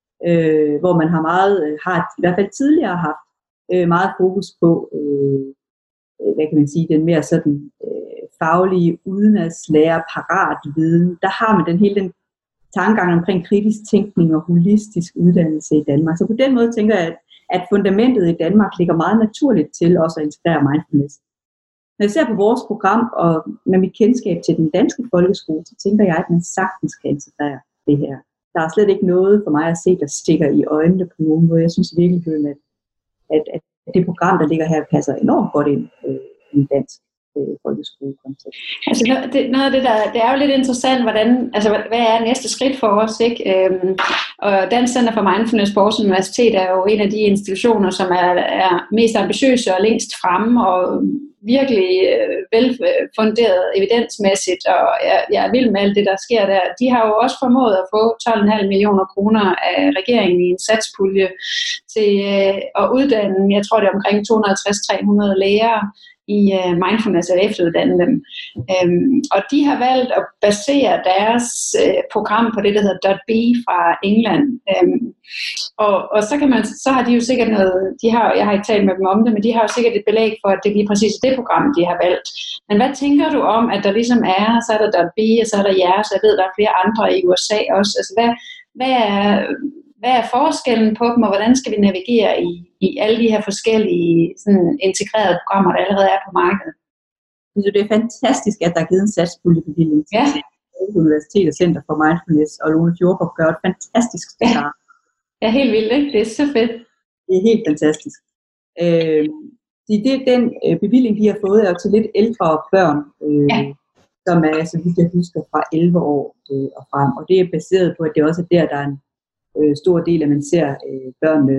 øh, hvor man har meget, har i hvert fald tidligere haft øh, meget fokus på, øh, hvad kan man sige, den mere sådan øh, faglige, udenadslærer, parat viden. Der har man den hele den tankegang omkring kritisk tænkning og holistisk uddannelse i Danmark. Så på den måde tænker jeg, at, at fundamentet i Danmark ligger meget naturligt til også at integrere mindfulness. Når jeg ser på vores program og med mit kendskab til den danske folkeskole, så tænker jeg, at man sagtens kan integrere det her. Der er slet ikke noget for mig at se, der stikker i øjnene på nogen måde. Jeg synes i virkeligheden, at, at, at det program, der ligger her, passer enormt godt ind øh, i en dansk øh, folkeskolekontekst. Altså det, noget af det der, det er jo lidt interessant, hvordan, altså hvad er næste skridt for os, ikke? Øhm, og Dansk Center for Mindfulness på Aarhus Universitet er jo en af de institutioner, som er, er mest ambitiøse og længst fremme og virkelig øh, velfunderet evidensmæssigt, og jeg, jeg er vild med alt det, der sker der. De har jo også formået at få tolv komma fem millioner kroner af regeringen i en satspulje til øh, at uddanne, jeg tror det er omkring to hundrede og halvtreds til tre hundrede lærere i uh, mindfulness og efteruddanne dem. Um, og de har valgt at basere deres uh, program på det, der hedder .b fra England. Um, og, og så, kan man, så har de jo sikkert noget, de har, jeg har ikke talt med dem om det, men de har jo sikkert et belæg for, at det er lige præcis det program, de har valgt. Men hvad tænker du om, at der ligesom er, så er der .b, og så er der jeres, og jeg ved, der er flere andre i U S A også. Altså, hvad, hvad er... Hvad er forskellen på dem, og hvordan skal vi navigere i, i alle de her forskellige sådan, integrerede programmer, der allerede er på markedet? Det er fantastisk, at der er givet en satspuljebevilling til ja. Universitet og Center for Mindfulness, og Lone Fjordborg gør et fantastisk start. Ja, helt vildt, ikke? Det er så fedt. Det er helt fantastisk. Øh, det, det, den øh, bevilling, vi har fået, er jo til lidt ældre børn, øh, ja. som er, så vidt jeg husker, fra elleve år øh, og frem. Og det er baseret på, at det også er der, der er en Øh, stor del af, man ser øh, børnene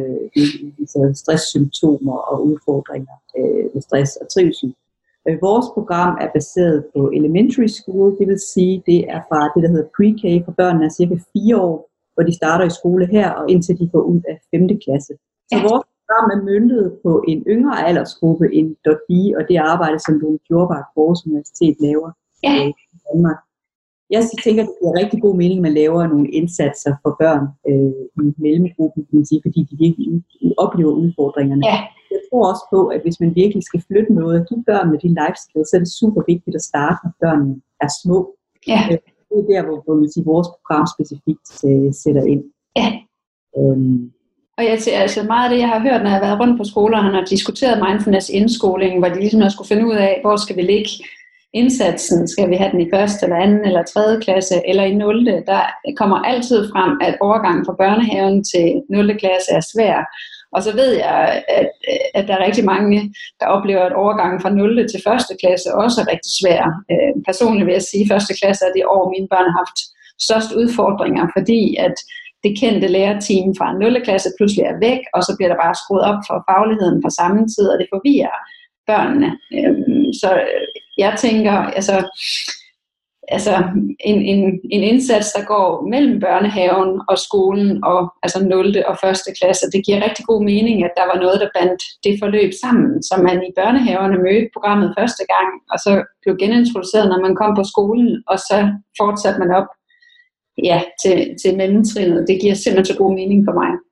øh, stresssymptomer og udfordringer øh, med stress og trivsel. Øh, vores program er baseret på elementary school, det vil sige, det er fra det, der hedder pre-K, for børnene er cirka fire år, hvor de starter i skole her, og indtil de går ud af femte klasse. Så ja. Vores program er møntet på en yngre aldersgruppe end .b, og det arbejde, som Lone Fjordborg på Aarhus Universitet laver ja. øh, i Danmark. Jeg tænker, at det giver rigtig god mening, at man laver nogle indsatser for børn øh, i mellemgruppen, kan man sige, fordi de virkelig oplever udfordringerne. Ja. Jeg tror også på, at hvis man virkelig skal flytte noget og give børn med de life skills, så er det super vigtigt at starte, når børnene er små. Ja. Det er der, hvor, hvor man siger, vores program specifikt øh, sætter ind. Ja. Øhm. Og jeg ser altså meget af det, jeg har hørt, når jeg har været rundt på skolerne og diskuteret mindfulness indskolingen, hvor de ligesom har skulle finde ud af, hvor skal vi ligge indsatsen, skal vi have den i første eller anden eller tredje klasse eller i nul. Der kommer altid frem, at overgangen fra børnehaven til nul klasse er svær. Og så ved jeg, at, at der er rigtig mange, der oplever, at overgangen fra nul til første klasse også er rigtig svær. Personligt vil jeg sige, at første klasse er det år, mine børn har haft størst udfordringer, fordi at det kendte lærerteam fra nul klasse pludselig er væk, og så bliver der bare skruet op for fagligheden på samme tid, og det forvirrer børnene. Så jeg tænker, altså, altså en, en, en indsats, der går mellem børnehaven og skolen, og altså nul og første klasse, det giver rigtig god mening, at der var noget, der bandt det forløb sammen, så man i børnehaverne mødte programmet første gang, og så blev genintroduceret, når man kom på skolen, og så fortsatte man op ja, til, til mellemtrinnet. Det giver simpelthen så god mening for mig.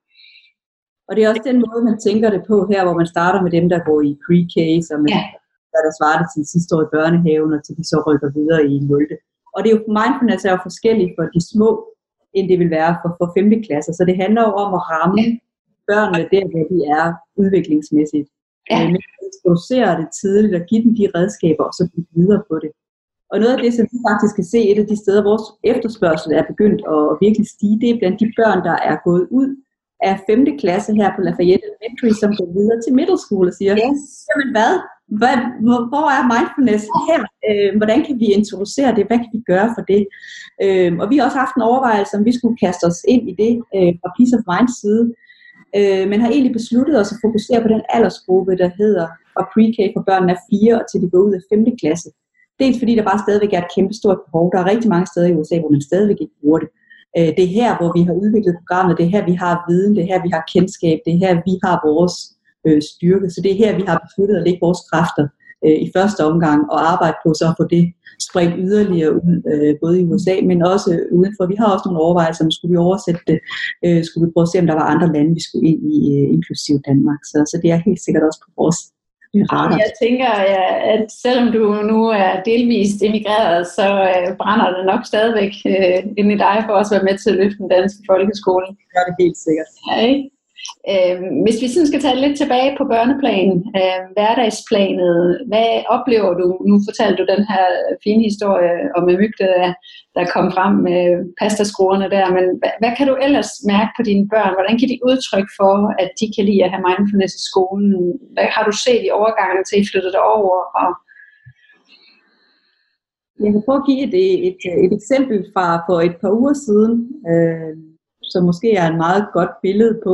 Og det er også den måde, man tænker det på her, hvor man starter med dem, der går i pre-K, som ja. Der, der svarer det til sidste år i børnehaven, og til de så rykker videre i nul. Og det er jo, mindfulness er jo forskelligt for de små, end det vil være for, for femte klasser. Så det handler jo om at ramme ja. Børnene der, hvor de er udviklingsmæssigt. Ja. Men at introducere det tidligt og give dem de redskaber, og så bygge videre på det. Og noget af det, som vi faktisk kan se, et af de steder, hvor vores efterspørgsel er begyndt at virkelig stige, det er blandt de børn, der er gået ud af femte klasse her på Lafayette Elementary, som går videre til middle school og siger, yes. Jamen hvad? Hvad, hvor er mindfulness her? Øh, hvordan kan vi introducere det? Hvad kan vi gøre for det? Øh, og vi har også haft en overvejelse, om vi skulle kaste os ind i det øh, fra Peace of Minds side, øh, men har egentlig besluttet os at fokusere på den aldersgruppe, der hedder fra pre-K for børnene er fire og til de går ud af femte klasse. Dels fordi der bare stadigvæk er et kæmpe stort behov. Der er rigtig mange steder i U S A, hvor man stadigvæk ikke bruger det. Det er her, hvor vi har udviklet programmet, det er her, vi har viden, det er her, vi har kendskab, det er her, vi har vores øh, styrke. Så det er her, vi har besluttet at lægge vores kræfter øh, i første omgang og arbejde på så at få det spredt yderligere ud, øh, både i U S A, men også udenfor. Vi har også nogle overvejelser, om skulle vi oversætte det, øh, skulle vi prøve at se, om der var andre lande, vi skulle ind i, øh, inklusive Danmark. Så, så det er helt sikkert også på vores radar. Jeg tænker, at selvom du nu er delvist emigreret, så øh, brænder det nok stadigvæk øh, ind i dig for også at være med til at løfte den danske folkeskole. Det er det helt sikkert. Ja, ikke? Øh, hvis vi sådan skal tage lidt tilbage på børneplanen, øh, hverdagsplanet, hvad oplever du? Nu fortalte du den her fine historie om Mygte, der, der kom frem med pastaskruerne der, men hvad, hvad kan du ellers mærke på dine børn? Hvordan kan de udtryk for, at de kan lide at have mindfulness i skolen? Hvad har du set i overgangen til, at I flyttede over? Og jeg kan prøve at give et, et, et eksempel fra for et par uger siden, øh, som måske er et meget godt billede på,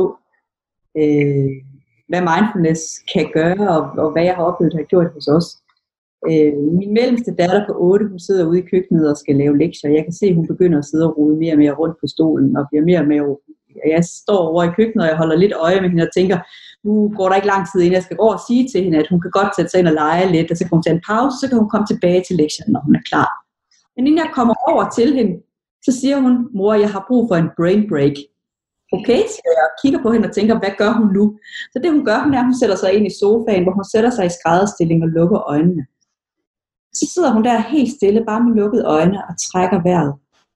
Øh, hvad mindfulness kan gøre, og, og hvad jeg har oplevet, har gjort hos os. Øh, min mellemste datter på otte, hun sidder ude i køkkenet og skal lave lektier. Jeg kan se, at hun begynder at sidde og rode mere og mere rundt på stolen, og bliver mere og mere rolig. Jeg står over i køkkenet, og jeg holder lidt øje med hende og tænker, nu går der ikke lang tid, inden jeg skal gå og sige til hende, at hun kan godt sætte sig ind og lege lidt, og så kan hun tage en pause, så kan hun komme tilbage til lektierne, når hun er klar. Men inden jeg kommer over til hende, så siger hun, mor, jeg har brug for en brain break. Okay, så jeg kigger på hende og tænker, hvad gør hun nu? Så det hun gør, hun er, hun sætter sig ind i sofaen, hvor hun sætter sig i skrædderstilling og lukker øjnene. Så sidder hun der helt stille, bare med lukkede øjne og trækker vejret.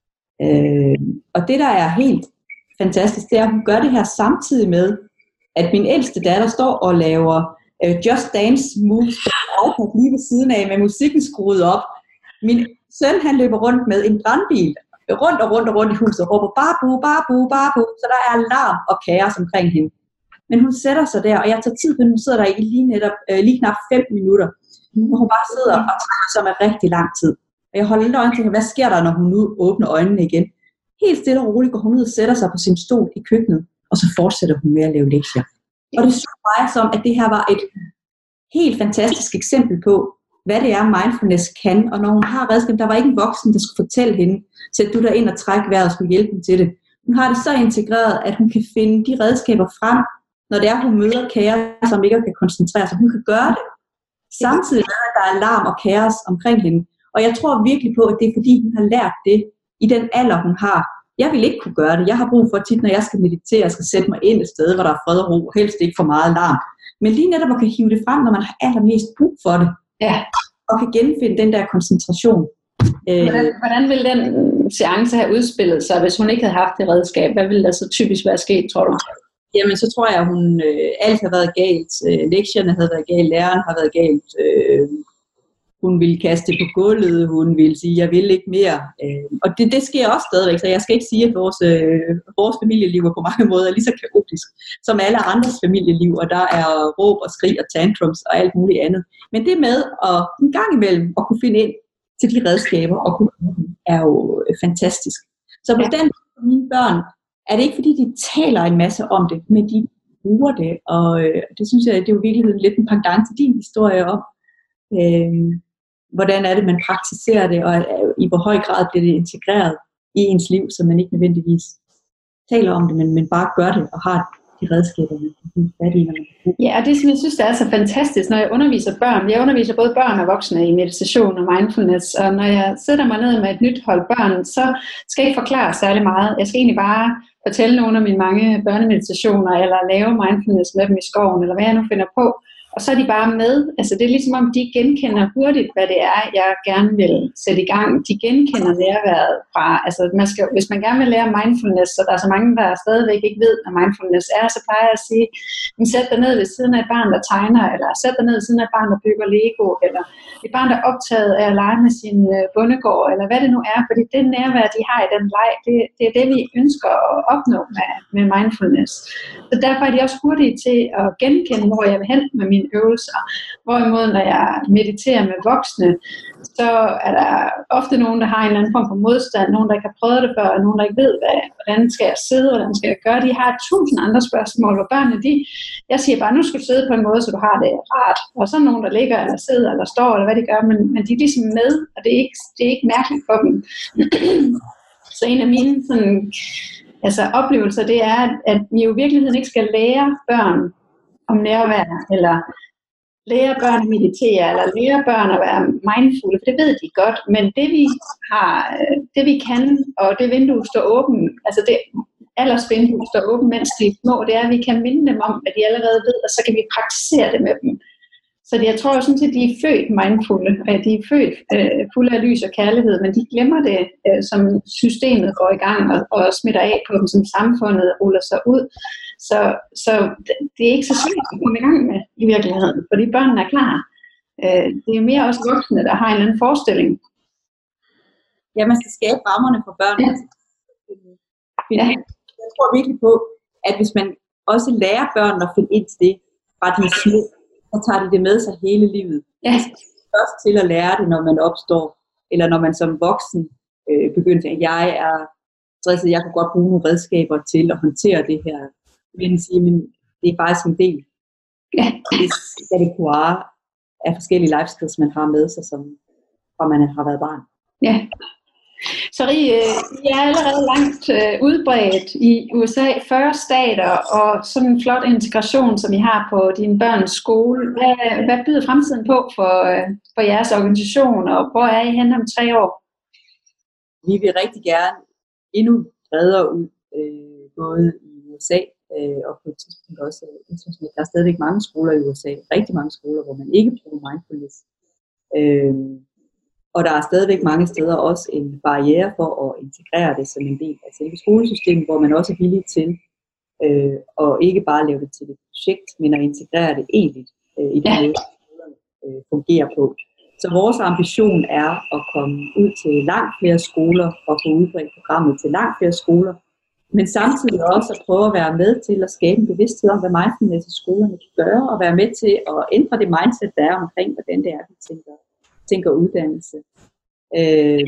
Øh, og det, der er helt fantastisk, det er, at hun gør det her samtidig med, at min ældste datter står og laver øh, Just Dance moves på lige ved siden af, med musikken skruet op. Min søn, han løber rundt med en brandbil, rundt og rundt og rundt i huset og råber babu, babu, babu, så der er larm og kaos omkring hende. Men hun sætter sig der, og jeg tager tid på, hun sidder der i lige, netop, øh, lige knap fem minutter, hvor hun bare sidder og trækker sig med rigtig lang tid. Og jeg holder lidt øjne og tænker, hvad sker der, når hun nu åbner øjnene igen? Helt stille og roligt går hun ud og sætter sig på sin stol i køkkenet, og så fortsætter hun med at lave lektier. Og det slog mig som, at det her var et helt fantastisk eksempel på, hvad det er, mindfulness kan, og når hun har redskab, der var ikke en voksen, der skulle fortælle hende, sæt du der ind og træk vejret og skulle hjælpe hende til det. Hun har det så integreret, at hun kan finde de redskaber frem, når det er, hun møder kaos, som ikke kan koncentrere sig. Hun kan gøre det, samtidig med, at der er larm og kaos omkring hende. Og jeg tror virkelig på, at det er fordi, hun har lært det i den alder, hun har. Jeg vil ikke kunne gøre det. Jeg har brug for tit, når jeg skal meditere, jeg skal sætte mig ind et sted, hvor der er fred og ro, og helst ikke for meget larm. Men lige netop at kan hive det frem, når man har allermest brug for det. Ja. Og kan genfinde den der koncentration. Hvordan, hvordan ville den seance have udspillet sig, hvis hun ikke havde haft det redskab? Hvad ville der så typisk være sket, tror du? Jamen, så tror jeg, at hun, øh, alt har været galt. Øh, lektierne havde været galt, læreren har været galt. Øh, hun ville kaste på gulvet, hun ville sige, jeg vil ikke mere. Øh, og det, det sker også stadigvæk, så jeg skal ikke sige, at vores, øh, vores familieliv er på mange måder lige så kaotisk som alle andres familieliv, og der er råb og skrig og tantrums og alt muligt andet. Men det med at en gang imellem at kunne finde ind til de redskaber og kunne er jo fantastisk. Så på ja. Den mine børn er det ikke fordi, de taler en masse om det, men de bruger det, og øh, det synes jeg, det er jo i virkeligheden lidt en pendant til din historie om, øh, hvordan er det, man praktiserer det, og øh, i hvor høj grad bliver det integreret i ens liv, så man ikke nødvendigvis taler om det, men, men bare gør det, og har de redskaber, man kan finde fat i, når man kan. Ja, og det som jeg synes, der er så fantastisk, når jeg underviser børn, jeg underviser både børn og voksne i meditation og mindfulness, og når jeg sætter mig ned med et nyt hold børn, så skal jeg ikke forklare særlig meget. Jeg skal egentlig bare fortælle nogle af mine mange børnemeditationer, eller lave mindfulness med dem i skoven, eller hvad jeg nu finder på. Og så er de bare med. Altså det er ligesom om, de genkender hurtigt, hvad det er, jeg gerne vil sætte i gang. De genkender nærværet fra, altså man skal, hvis man gerne vil lære mindfulness, så der er så mange, der stadigvæk ikke ved, hvad mindfulness er, så plejer jeg at sige, sæt dig ned ved siden af et barn, der tegner, eller sæt dig ned ved siden af et barn, der bygger Lego, eller et barn, der er optaget af at lege med sin bondegård, eller hvad det nu er, fordi det nærvær, de har i den leg, det, det er det, vi ønsker at opnå med, med mindfulness. Så derfor er de også hurtige til at genkende, hvor jeg vil hen med min mine øvelser. Hvorimod når jeg mediterer med voksne, så er der ofte nogen, der har en eller anden form for modstand, nogen, der ikke har prøvet det før, og nogen, der ikke ved, hvad, hvordan skal jeg sidde, hvordan skal jeg gøre. De har tusind andre spørgsmål, og børnene, de, jeg siger bare, nu skal du sidde på en måde, så du har det rart. Og så er nogen, der ligger, eller sidder, eller står, eller hvad de gør, men, men de er ligesom med, og det er ikke, det er ikke mærkeligt for dem. Så en af mine sådan, altså, oplevelser, det er, at, at vi jo i virkeligheden ikke skal lære børn om nærvær, eller lære børn at meditere, eller lære børn at være mindful, for det ved de godt, men det vi har, det vi kan, og det vindue står åbent, altså det aldersvindue står åbent, mens de er små, det er, at vi kan minde dem om, hvad de allerede ved, og så kan vi praktisere det med dem. Så jeg tror jo sådan set, at de er født mindfulde, og de er født øh, fulde af lys og kærlighed, men de glemmer det, øh, som systemet går i gang og, og smitter af på dem, som samfundet ruller sig ud. Så, så det er ikke så svært at komme i gang med i virkeligheden, fordi børnene er klar. Øh, det er mere også voksne, der har en eller anden forestilling. Ja, man skal skabe rammerne for børnene. Ja. Jeg tror virkelig på, at hvis man også lærer børnene at finde ind til det, fra de er små, så tager de det med sig hele livet. Ja. Først til at lære det, når man opstår, eller når man som voksen øh, begynder at jeg er stresset, jeg kan godt bruge nogle redskaber til at håndtere det her. Men sige, men det er faktisk en del ja. af det repertoire af forskellige life skills, man har med sig, som fra man har været barn. Ja. Så Rie, I er allerede langt øh, udbredt i U S A, fyrre stater, og sådan en flot integration, som I har på dine børns skole. Hvad, hvad byder fremtiden på for, øh, for jeres organisation, og hvor er I henne om tre år? Vi vil rigtig gerne endnu bredere ud, øh, både i U S A øh, og på et tidspunkt også internationalt. Der er stadigvæk mange skoler i U S A, rigtig mange skoler, hvor man ikke bruger mindfulness. Øh, Og der er stadigvæk mange steder også en barriere for at integrere det som en del af selve skolesystemet, hvor man også er villig til øh, at ikke bare lave det til et projekt, men at integrere det egentlig øh, i den måde, skolerne øh, fungerer på. Så vores ambition er at komme ud til langt flere skoler og få udbredt programmet til langt flere skoler, men samtidig også at prøve at være med til at skabe en bevidsthed om, hvad mindfulness i skolerne kan gøre, og være med til at ændre det mindset, der er omkring, hvordan det er, vi tænker tænker uddannelse. Øh,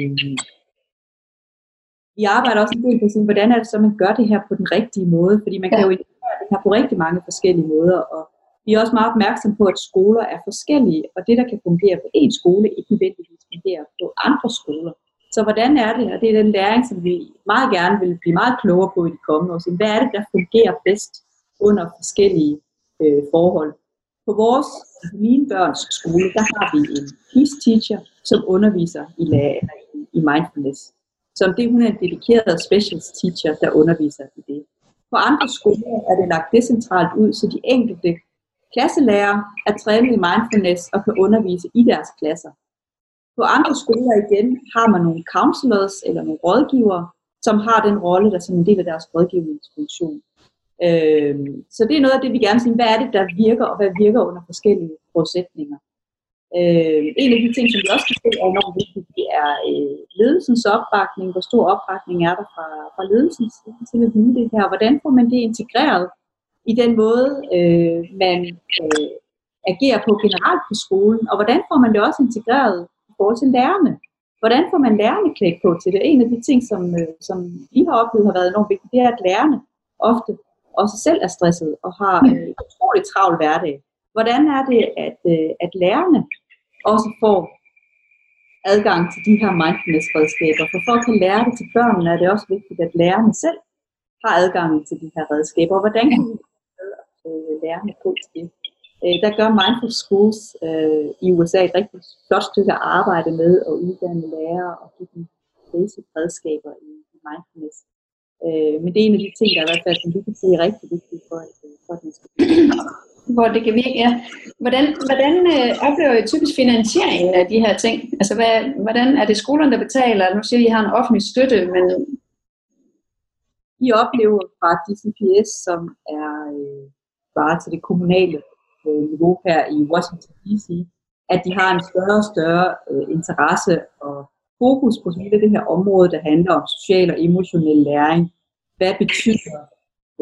vi arbejder også en del på sådan, hvordan er det så, man gør det her på den rigtige måde, fordi man kan jo integrere det her på rigtig mange forskellige måder, og vi er også meget opmærksomme på, at skoler er forskellige, og det, der kan fungere på en skole, ikke nødvendigvis fungerer på andre skoler. Så hvordan er det, og det er den læring, som vi meget gerne vil blive meget klogere på i de kommende år, så hvad er det, der fungerer bedst under forskellige øh, forhold. På vores, mine børns skole, der har vi en peace teacher, som underviser i, i, i mindfulness. Så det hun er en dedikeret specialist teacher, der underviser i det. På andre skoler er det lagt decentralt ud, så de enkelte klasselærer er trænet i mindfulness og kan undervise i deres klasser. På andre skoler igen har man nogle counselors eller nogle rådgivere, som har den rolle, der som en del af deres rådgivningsfunktion. Øh, så det er noget af det, vi gerne siger, hvad er det, der virker, og hvad virker under forskellige forudsætninger. Øh, en af de ting, som vi også kan se er enormt vigtigt, det er øh, ledelsens opbakning. Hvor stor opbakning er der fra, fra ledelsens til at vide det her? Hvordan får man det integreret i den måde, øh, man øh, agerer på generelt på skolen? Og hvordan får man det også integreret i forhold til lærerne? Hvordan får man lærerne klædt på til det? En af de ting, som, øh, som vi har oplevet har været enormt vigtigt, det er, at lærerne ofte også selv er stresset og har en øh, utrolig travl hverdag. Hvordan er det, at, øh, at lærerne også får adgang til de her mindfulness-redskaber? For for at kunne lære det til børnene, er det også vigtigt, at lærerne selv har adgang til de her redskaber. Hvordan kan vi øh, lærerne på til det? Øh, der gør Mindful Schools øh, i U S A et rigtig flot stykke arbejde med at uddanne lærere og give dem basic redskaber i, i mindfulness. Øh, men det er en af de ting, der i hvert fald, som vi kan se, er rigtig vigtigt for, for at man skal hvor det kan virke, ja. Hvordan, hvordan øh, oplever I typisk finansieringen af de her ting? Altså, hvad, hvordan er det skolerne, der betaler? Nu siger I, at I har en offentlig støtte, men... Vi oplever fra D C P S, som er øh, bare til det kommunale øh, niveau her i Washington D C, at de har en større og større øh, interesse og fokus på hele det her område, der handler om social og emotionel læring. Hvad betyder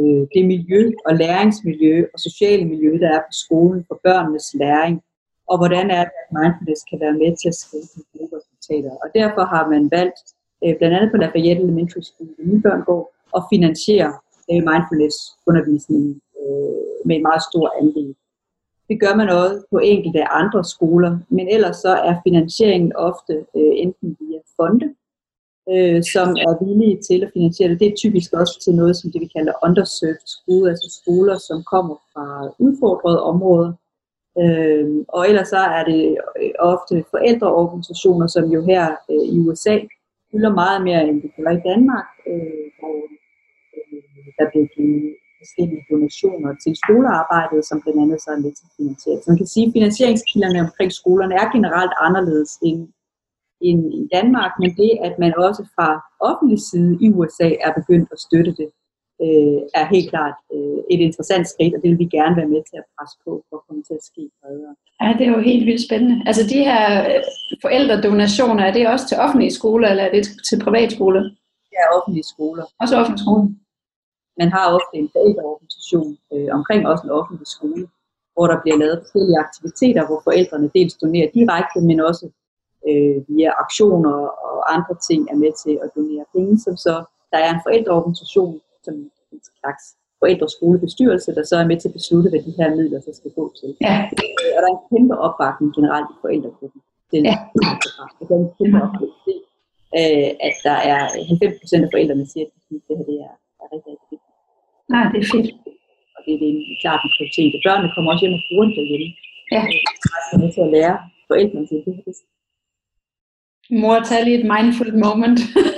øh, det miljø og læringsmiljø og sociale miljø, der er på skolen for børnenes læring, og hvordan er det, at mindfulness kan være med til at skabe gode resultater. Og derfor har man valgt, øh, blandt andet på Lafayette Elementary School, hvor mine børn går, at finansiere øh, mindfulness-undervisningen øh, med en meget stor andel. Det gør man også på enkelte andre skoler, men ellers så er finansieringen ofte øh, enten via fonde, øh, som er villige til at finansiere det. Det er typisk også til noget, som det vi kalder underserved school, altså skoler, som kommer fra udfordrede områder. Øh, og ellers så er det ofte forældreorganisationer, som jo her øh, i U S A fylder meget mere, end det gør i Danmark, øh, hvor øh, der bliver givet forskellige donationer til skolearbejdet, som blandt andet så er med til at finansiere. Så man kan sige, at finansieringskilderne omkring skolerne er generelt anderledes end, end i Danmark, men det, at man også fra offentlig side i U S A er begyndt at støtte det, øh, er helt klart øh, et interessant skridt, og det vil vi gerne være med til at presse på, for at komme til at ske bredere. Ja, det er jo helt vildt spændende. Altså de her forældredonationer, er det også til offentlige skoler, eller er det til privatskoler? Det er offentlige skoler. Også offentlige skoler. Man har ofte en forældreorganisation øh, omkring også en offentlig skole, hvor der bliver lavet forskellige aktiviteter, hvor forældrene dels donerer direkte, men også øh, via aktioner og andre ting er med til at donere penge, som så der er en forældreorganisation, som en slags forældreskolebestyrelse, der så er med til at beslutte, hvad de her midler så skal gå til. Ja. Og der er en kæmpe opbakning generelt i forældregruppen. Den, ja. Der er en kæmpe opbakning til, øh, at der er halvfems procent af forældrene siger, at de synes, det her det er, er rigtig, rigtig vigtigt. Nej, det er fedt. Og det, det er en klart en prioritet. Børnene kommer også hjem og bruger det derhjemme. Ja. Så er nødt til at lære forældrene til det. Mor, tag lige et mindful moment.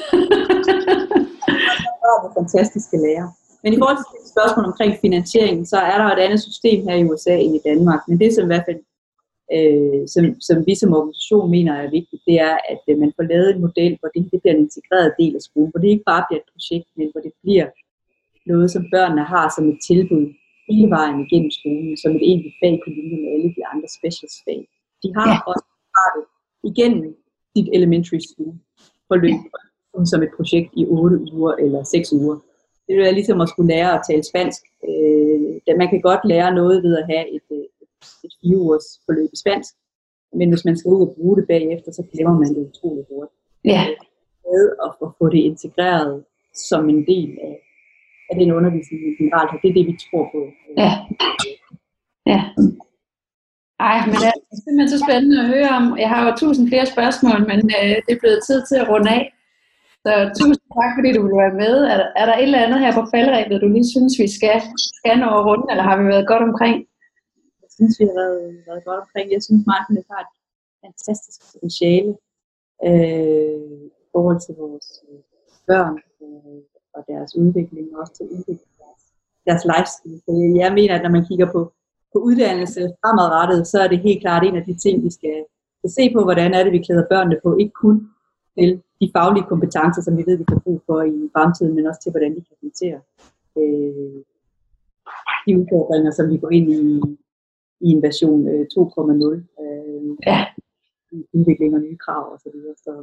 Det er fantastiske lærer. Men i forhold til spørgsmål omkring finansieringen, så er der et andet system her i U S A end i Danmark. Men det som i hvert fald, øh, som, som vi som organisation mener er vigtigt, det er, at øh, man får lavet en model, hvor det, det bliver en integreret del af skolen. Hvor det ikke bare bliver et projekt, men hvor det bliver noget, som børnene har som et tilbud hele vejen igennem skolen, som et egentligt fag på linje med alle de andre specialsfag. De har ja. også startet igennem dit elementary school forløb som et projekt i otte uger eller seks uger. Det er ligesom at skulle lære at tale spansk. Øh, man kan godt lære noget ved at have et, et, et fire ugers forløb i spansk, men hvis man skal ud og bruge det bagefter, så glemmer man det utroligt hurtigt. Ja. Med at få det integreret som en del af, af den undervisning, vi generelt har. Det er det, vi tror på. Ja. Ja. Ej, men det er simpelthen så spændende at høre om. Jeg har jo tusind flere spørgsmål, men øh, det er blevet tid til at runde af. Så tusind tak, fordi du ville være med. Er der, er der et eller andet her på faldrebet, du lige synes, vi skal, skal nå at runde, eller har vi været godt omkring? Jeg synes, vi har været, været godt omkring. Jeg synes, mindfulness har et fantastisk potentiale øh, i forhold til vores børn øh, og deres udvikling, og også til at udvikle deres, deres lifestyle. Så jeg mener, at når man kigger på, på uddannelse fremadrettet, så er det helt klart en af de ting, vi skal, skal se på, hvordan er det, vi klæder børnene på. Ikke kun til de faglige kompetencer, som vi ved, vi kan bruge for i fremtiden, men også til, hvordan de kan håndtere øh, de udfordringer, som vi går ind i i en version øh, to punkt nul. Øh, ja. Udvikling og nye krav og så videre. Så.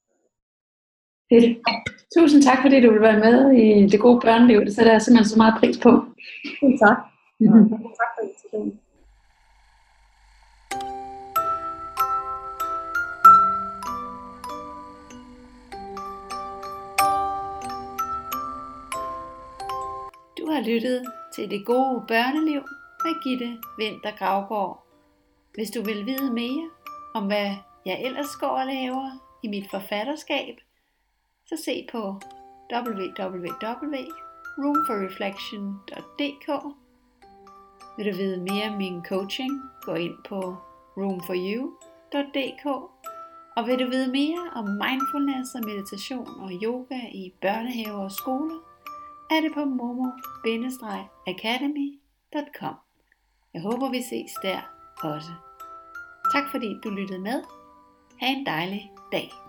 Tusind tak, fordi du vil være med i det gode børneliv. Det sætter jeg simpelthen så meget pris på. Tusind tak. Mm-hmm. Tak for invitationen. Du har lyttet til Det Gode Børneliv med Gitte Winther Gravgaard. Hvis du vil vide mere om, hvad jeg ellers går og laver i mit forfatterskab, så se på w w w punktum room for reflection punktum d k. Vil du vide mere om min coaching, gå ind på room for you punktum d k. Og vil du vide mere om mindfulness og meditation og yoga i børnehaver og skoler, er det på momo bindestreg academy punktum com. Jeg håber, vi ses der også. Tak fordi du lyttede med. Ha' en dejlig dag.